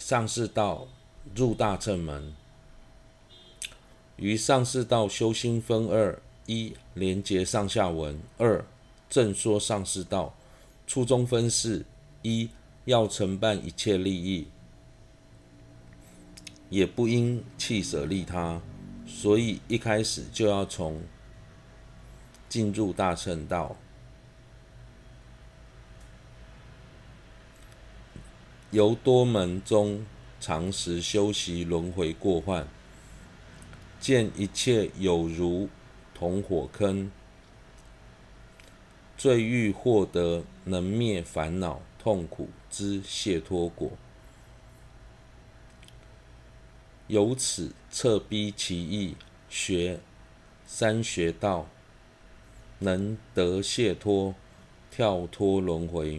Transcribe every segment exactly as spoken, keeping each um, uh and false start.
上士道入大乘门。于上士道修心分二：一、连结上下文；二、正说上士道。初中分四：一、要承办一切利益，也不应弃舍利他，所以一开始就要从进入大乘道。由多门中常时修习轮回过患，见一切有如同火坑，最欲获得能灭烦恼痛苦之解脱果。由此彻逼其意，学三学道，能得解脱，跳脱轮回。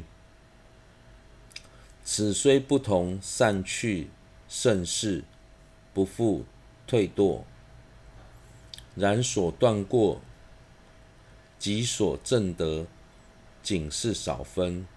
此虽不同善趣甚事，不复退堕，然所断过及所证得仅是少分，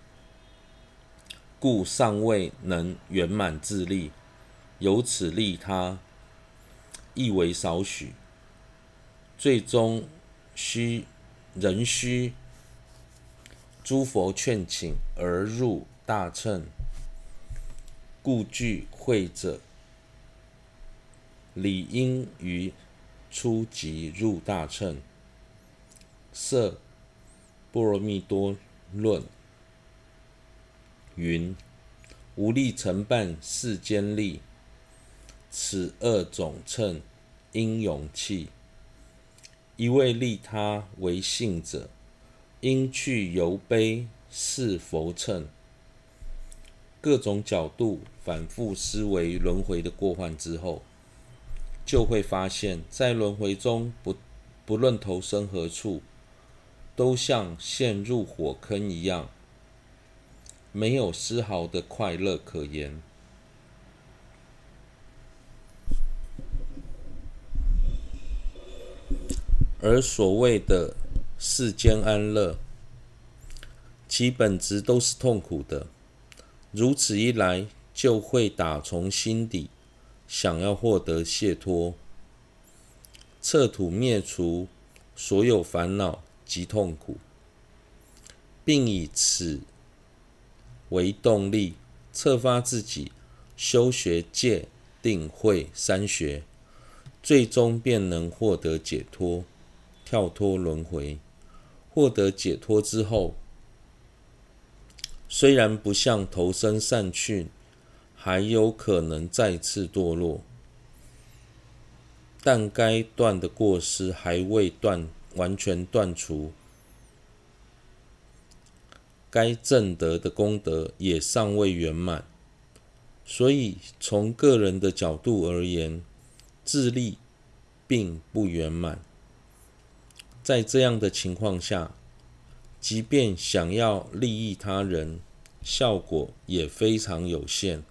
故尚未能圆满自利，由此利他亦为少许，最终需仍需诸佛劝请而入大乘，故具慧者理应于初即入大乘。摄般若蜜多论云：无力承办世间利，此二种乘应勇气。一味利他为性者，应去由悲是佛乘。各种角度反复思维轮回的过患之后，就会发现，在轮回中不不论投生何处，都像陷入火坑一样，没有丝毫的快乐可言。而所谓的世间安乐，其本质都是痛苦的。如此一来，就会打从心底想要获得解脱，彻土灭除所有烦恼及痛苦，并以此为动力，策发自己修学戒、定、慧三学，最终便能获得解脱，跳脱轮回。获得解脱之后，虽然不像投生善趣，还有可能再次堕落，但该断的过失还未断完全断除，该证得的功德也尚未圆满。所以从个人的角度而言，自利并不圆满。在这样的情况下，即便想要利益他人，效果也非常有限。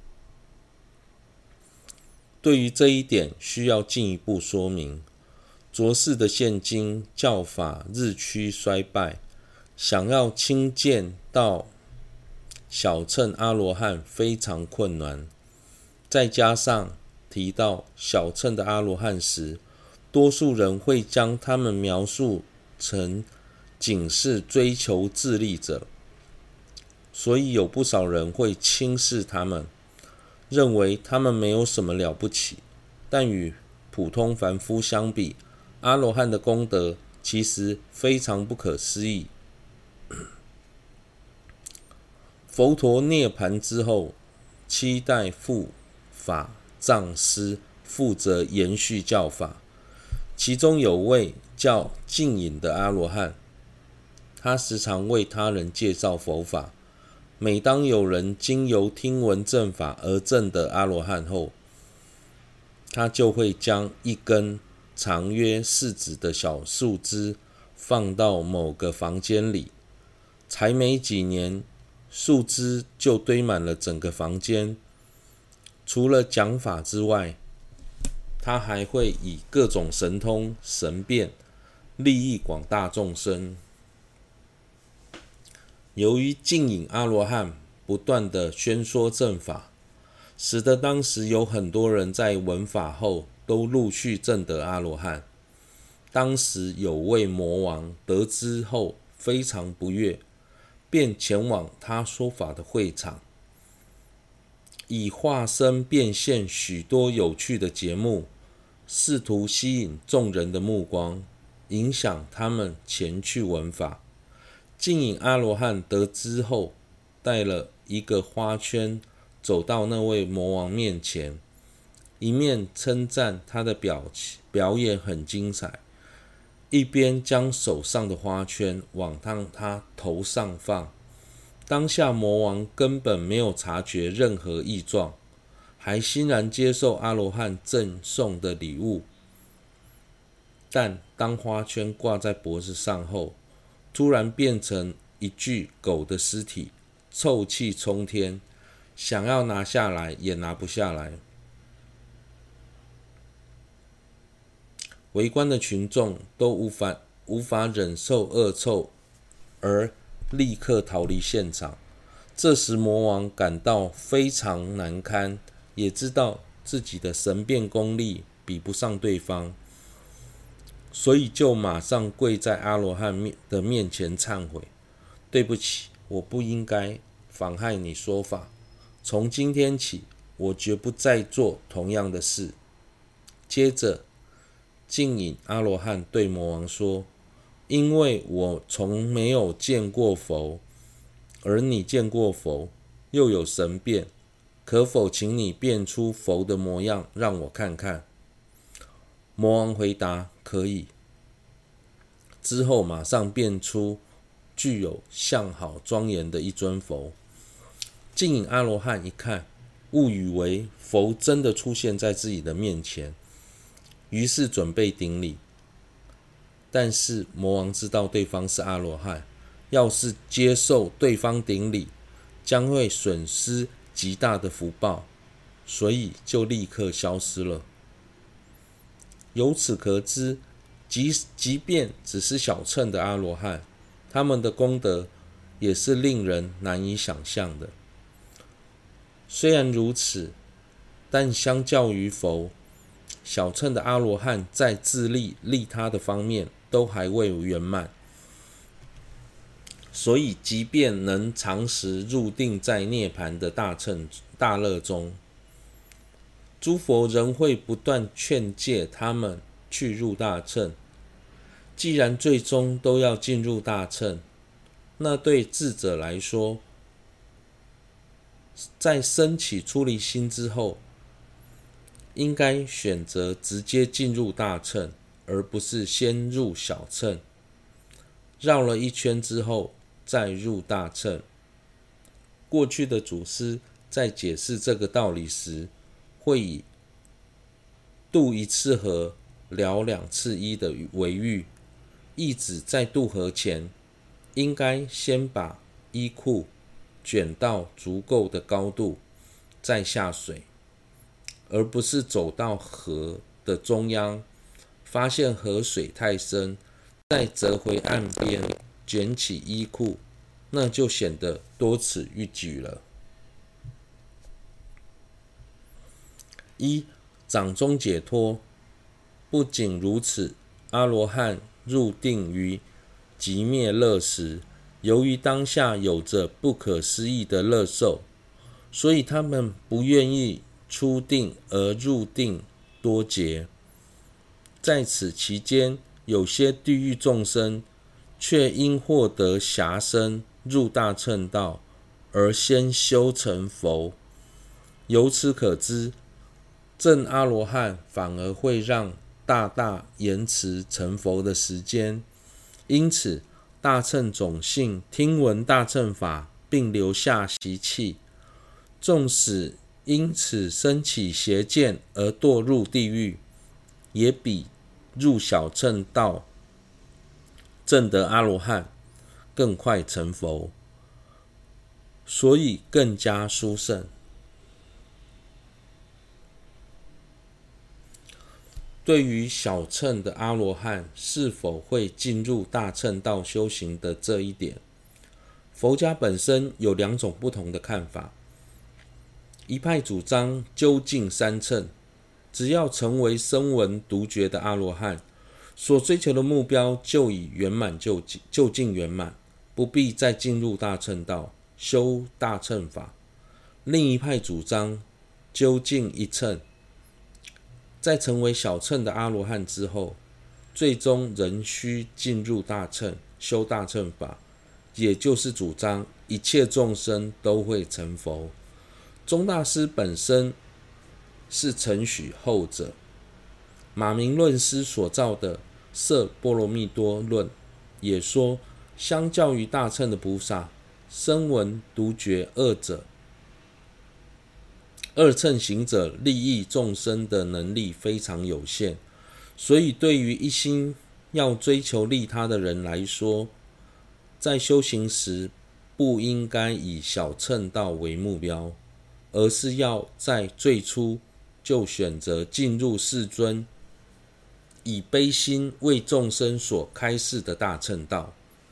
对于这一点，需要进一步说明。浊世的现今教法日趋衰败，想要亲见到小乘阿罗汉非常困难。再加上提到小乘的阿罗汉时，多数人会将他们描述成仅是追求自利者，所以有不少人会轻视他们，认为他们没有什么了不起。但与普通凡夫相比，阿罗汉的功德其实非常不可思议。佛陀涅槃之后，七代护法藏师负责延续教法，其中有位叫净隐的阿罗汉，他时常为他人介绍佛法。每当有人经由听闻正法而证得阿罗汉后，他就会将一根长约四指的小树枝放到某个房间里，才没几年，树枝就堆满了整个房间。除了讲法之外，他还会以各种神通神变利益广大众生。由于净隐阿罗汉不断的宣说正法， 使得当时有很多人在闻法后都陆续证得阿罗汉。当时有位魔王得知后非常不悦，便前往他说法的会场，以化身变现许多有趣的节目，试图吸引众人的目光，影响他们前去闻法。净隐阿罗汉得知后，带了一个花圈走到那位魔王面前，一面称赞他的表表演很精彩，一边将手上的花圈往他头上放。当下魔王根本没有察觉任何异状，还欣然接受阿罗汉赠送的礼物。但当花圈挂在脖子上后，突然变成一具狗的尸体，臭气冲天，想要拿下来也拿不下来。围观的群众都无法无法忍受恶臭，而立刻逃离现场。这时魔王感到非常难堪，也知道自己的神变功力比不上对方，所以就马上跪在阿罗汉的面前忏悔：对不起，我不应该妨害你说法，从今天起我绝不再做同样的事。接着净隐阿罗汉对魔王说：因为我从没有见过佛，而你见过佛，又有神变，可否请你变出佛的模样让我看看？魔王回答：可以。之后马上变出具有相好庄严的一尊佛。净隐阿罗汉一看，误以为佛真的出现在自己的面前，于是准备顶礼。但是魔王知道对方是阿罗汉，要是接受对方顶礼，将会损失极大的福报，所以就立刻消失了。由此可知，即即便只是小乘的阿罗汉，他们的功德也是令人难以想象的。虽然如此，但相较于佛，小乘的阿罗汉在自利利他的方面都还未圆满，所以即便能长时入定在涅槃的大乘大乐中，诸佛仍会不断劝诫他们去入大乘。既然最终都要进入大乘，那对智者来说，在升起出离心之后，应该选择直接进入大乘，而不是先入小乘，绕了一圈之后再入大乘。过去的祖师在解释这个道理时，会以渡一次河了两次衣的为喻，意指在渡河前，应该先把衣裤卷到足够的高度，再下水，而不是走到河的中央，发现河水太深，再折回岸边卷起衣裤，那就显得多此一举了。一、掌中解脱。不仅如此，阿罗汉入定于寂灭乐时，由于当下有着不可思议的乐受，所以他们不愿意出定而入定多劫。在此期间，有些地狱众生却因获得暇身入大乘道，而先修成佛。由此可知，证阿罗汉反而会让大大延迟成佛的时间。因此大乘种姓听闻大乘法，并留下习气，纵使因此生起邪见而堕入地狱，也比入小乘道证得阿罗汉更快成佛，所以更加殊胜。对于小乘的阿罗汉是否会进入大乘道修行的这一点，佛家本身有两种不同的看法。 一派主张究竟三乘，只要成为声闻独觉的阿罗汉，所追求的目标就已圆满就就近圆满，不必再进入大乘道修大乘法。另一派主张究竟一乘，在成为小乘的阿罗汉之后，最终仍需进入大乘修大乘法，也就是主张一切众生都会成佛。宗大师本身是承许后者，马明论师所造的摄波罗蜜多论也说，相较于大乘的菩萨，声闻独觉二者二乘行者利益众生的能力非常有限，所以对于一心要追求利他的人来说，在修行时不应该以小乘道为目标，而是要在最初就选择进入世尊以悲心为众生所开示的大乘道。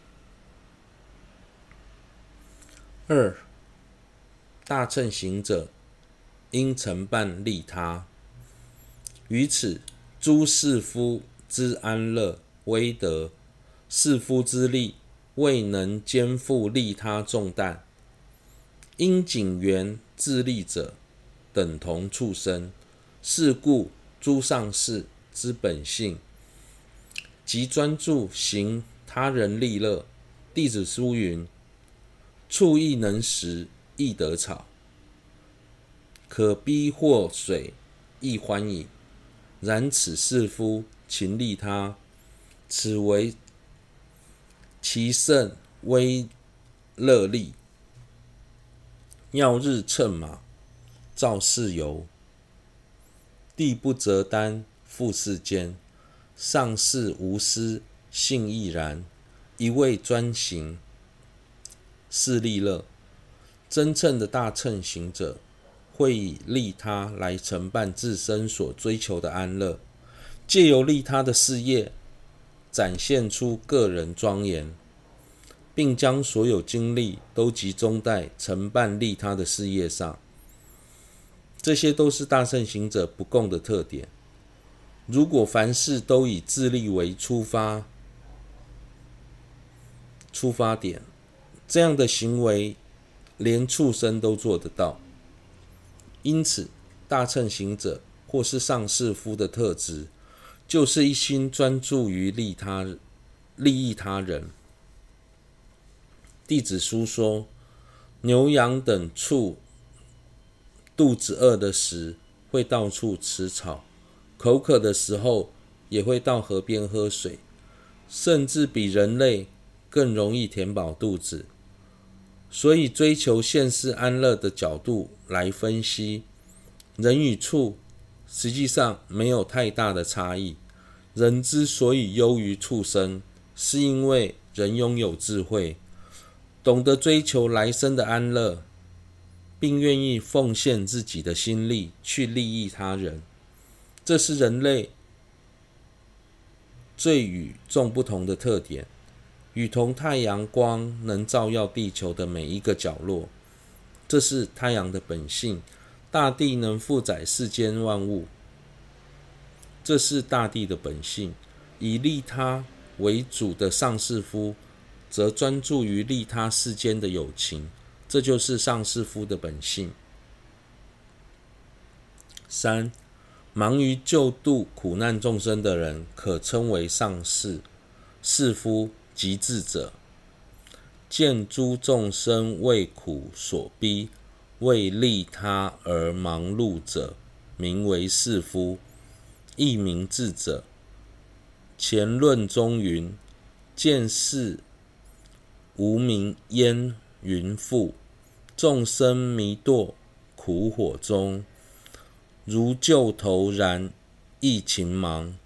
二、大乘行者应承办利他，于此诸士夫之安乐威德，士夫之力未能肩负利他重担，因谨缘自利者等同畜生。是故诸上士之本性，即专注行他人利乐。弟子书云：畜亦能食，亦得草；可逼获水，亦欢饮。然此士夫勤利他，此为其甚微乐利。曜日乘马，造事由，地不择丹，复世间。上士无私，性亦然，一味专行，是利乐。真正的大乘行者，会以利他来承办自身所追求的安乐，借由利他的事业，展现出个人庄严，并将所有精力都集中在承办利他的事业上。这些都是大乘行者不共的特点。如果凡事都以自利为出发出发点，这样的行为连畜生都做得到。因此，大乘行者或是上士夫的特质，就是一心专注于利他利益他人。弟子书说，牛羊等畜肚子饿的时会到处吃草，口渴的时候也会到河边喝水，甚至比人类更容易填饱肚子。所以追求现世安乐的角度来分析，人与畜实际上没有太大的差异。人之所以优于畜生，是因为人拥有智慧，懂得追求来生的安乐，并愿意奉献自己的心力去利益他人。这是人类最与众不同的特点，与同太阳光能照耀地球的每一个角落。这是太阳的本性，大地能负载世间万物，这是大地的本性。以利他为主的上士夫，则专注于利他世间的有情，这就是上士夫的本性。三、忙于救度苦难众生的人，可称为上士。士夫即智者，见诸众生为苦所逼，为利他而忙碌者，名为士夫，亦名智者。前论中云：见是无明烟云覆，众生迷堕苦火中，如救头燃，亦勤忙，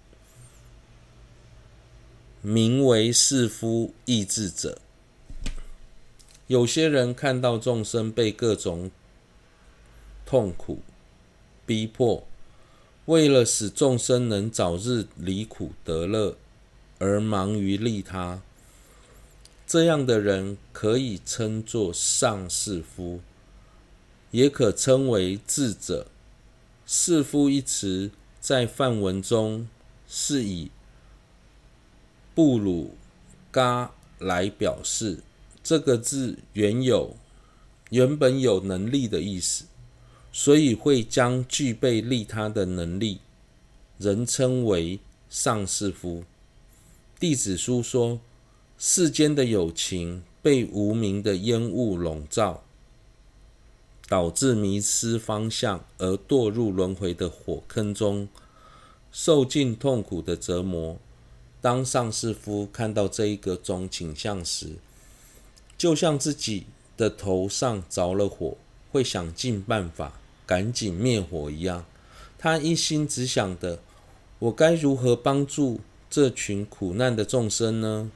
名为士夫，亦智者。有些人看到众生被各种痛苦逼迫，为了使众生能早日离苦得乐，而忙于利他，这样的人可以称作上士夫。 也可称为智者。士夫一词在梵文中是以布鲁嘎来表示，这个字原有原本有能力的意思，所以会将具备利他的能力人称为上士夫。弟子书说，世间的有情被无明的烟雾笼罩，导致迷失方向而堕入轮回的火坑中，受尽痛苦的折磨。当上士夫看到这一个种倾向时，就像自己的头上着了火，会想尽办法赶紧灭火一样。他一心只想的，我该如何帮助这群苦难的众生呢？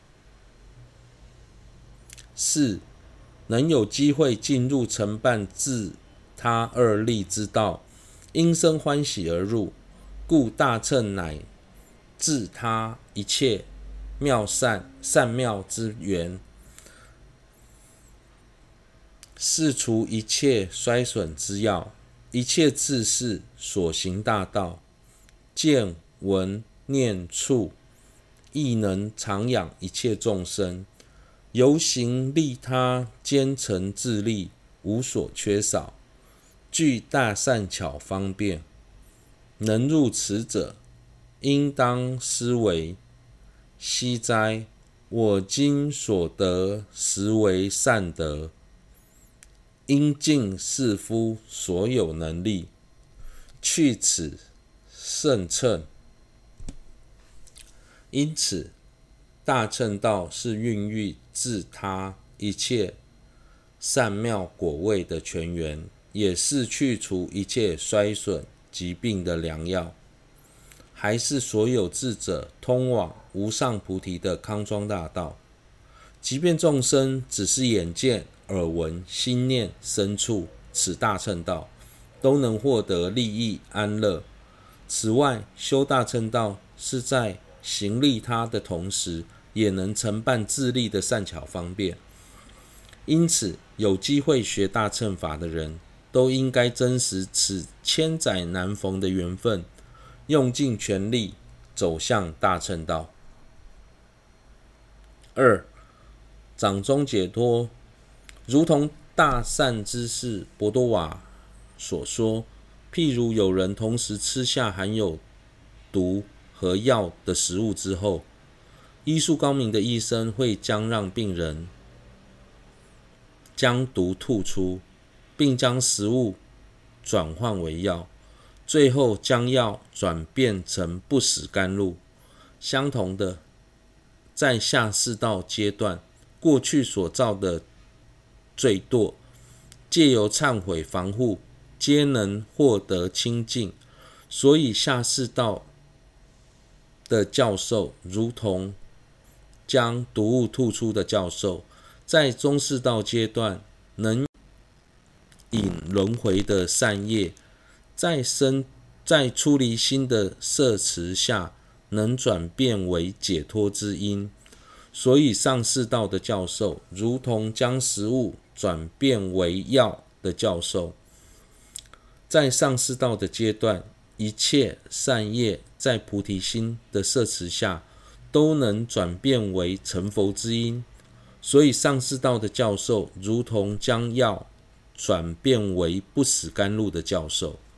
四，能有机会进入承办自他二利之道，因生欢喜而入，故大乘乃自他一切妙善善妙之源，是除一切衰损之要，一切智士所行大道，见闻念触，亦能常养一切众生，由行利他，兼成自利，无所缺少，具大善巧方便。能入此者，应当思维：惜哉！我今所得，实为善德，应尽士夫所有能力，去此胜乘。因此，大乘道是孕育自他一切善妙果位的泉源，也是去除一切衰损疾病的良药，还是所有智者通往无上菩提的康庄大道。即便众生只是眼见、耳闻、心念生处此大乘道，都能获得利益安乐。此外，修大乘道是在行利他的同时，也能承办自利的善巧方便。因此，有机会学大乘法的人，都应该珍惜此千载难逢的缘分，用尽全力走向大乘道。二，掌中解脱，如同大善知识博多瓦所说，譬如有人同时吃下含有毒和药的食物之后，医术高明的医生会将让病人将毒吐出，并将食物转换为药，最后将药转变成不死甘露。相同的，在下士道阶段，过去所造的罪堕，借由忏悔防护，皆能获得清净。所以下士道的教授如同将毒物吐出的教授，在中士道阶段能引轮回的善业，在生在出离心的摄持下，能转变为解脱之因。所以上士道的教授如同将食物转变为药的教授。在上士道的阶段，一切善业在菩提心的摄持下，都能转变为成佛之因。所以上士道的教授如同将药转变为不死甘露的教授。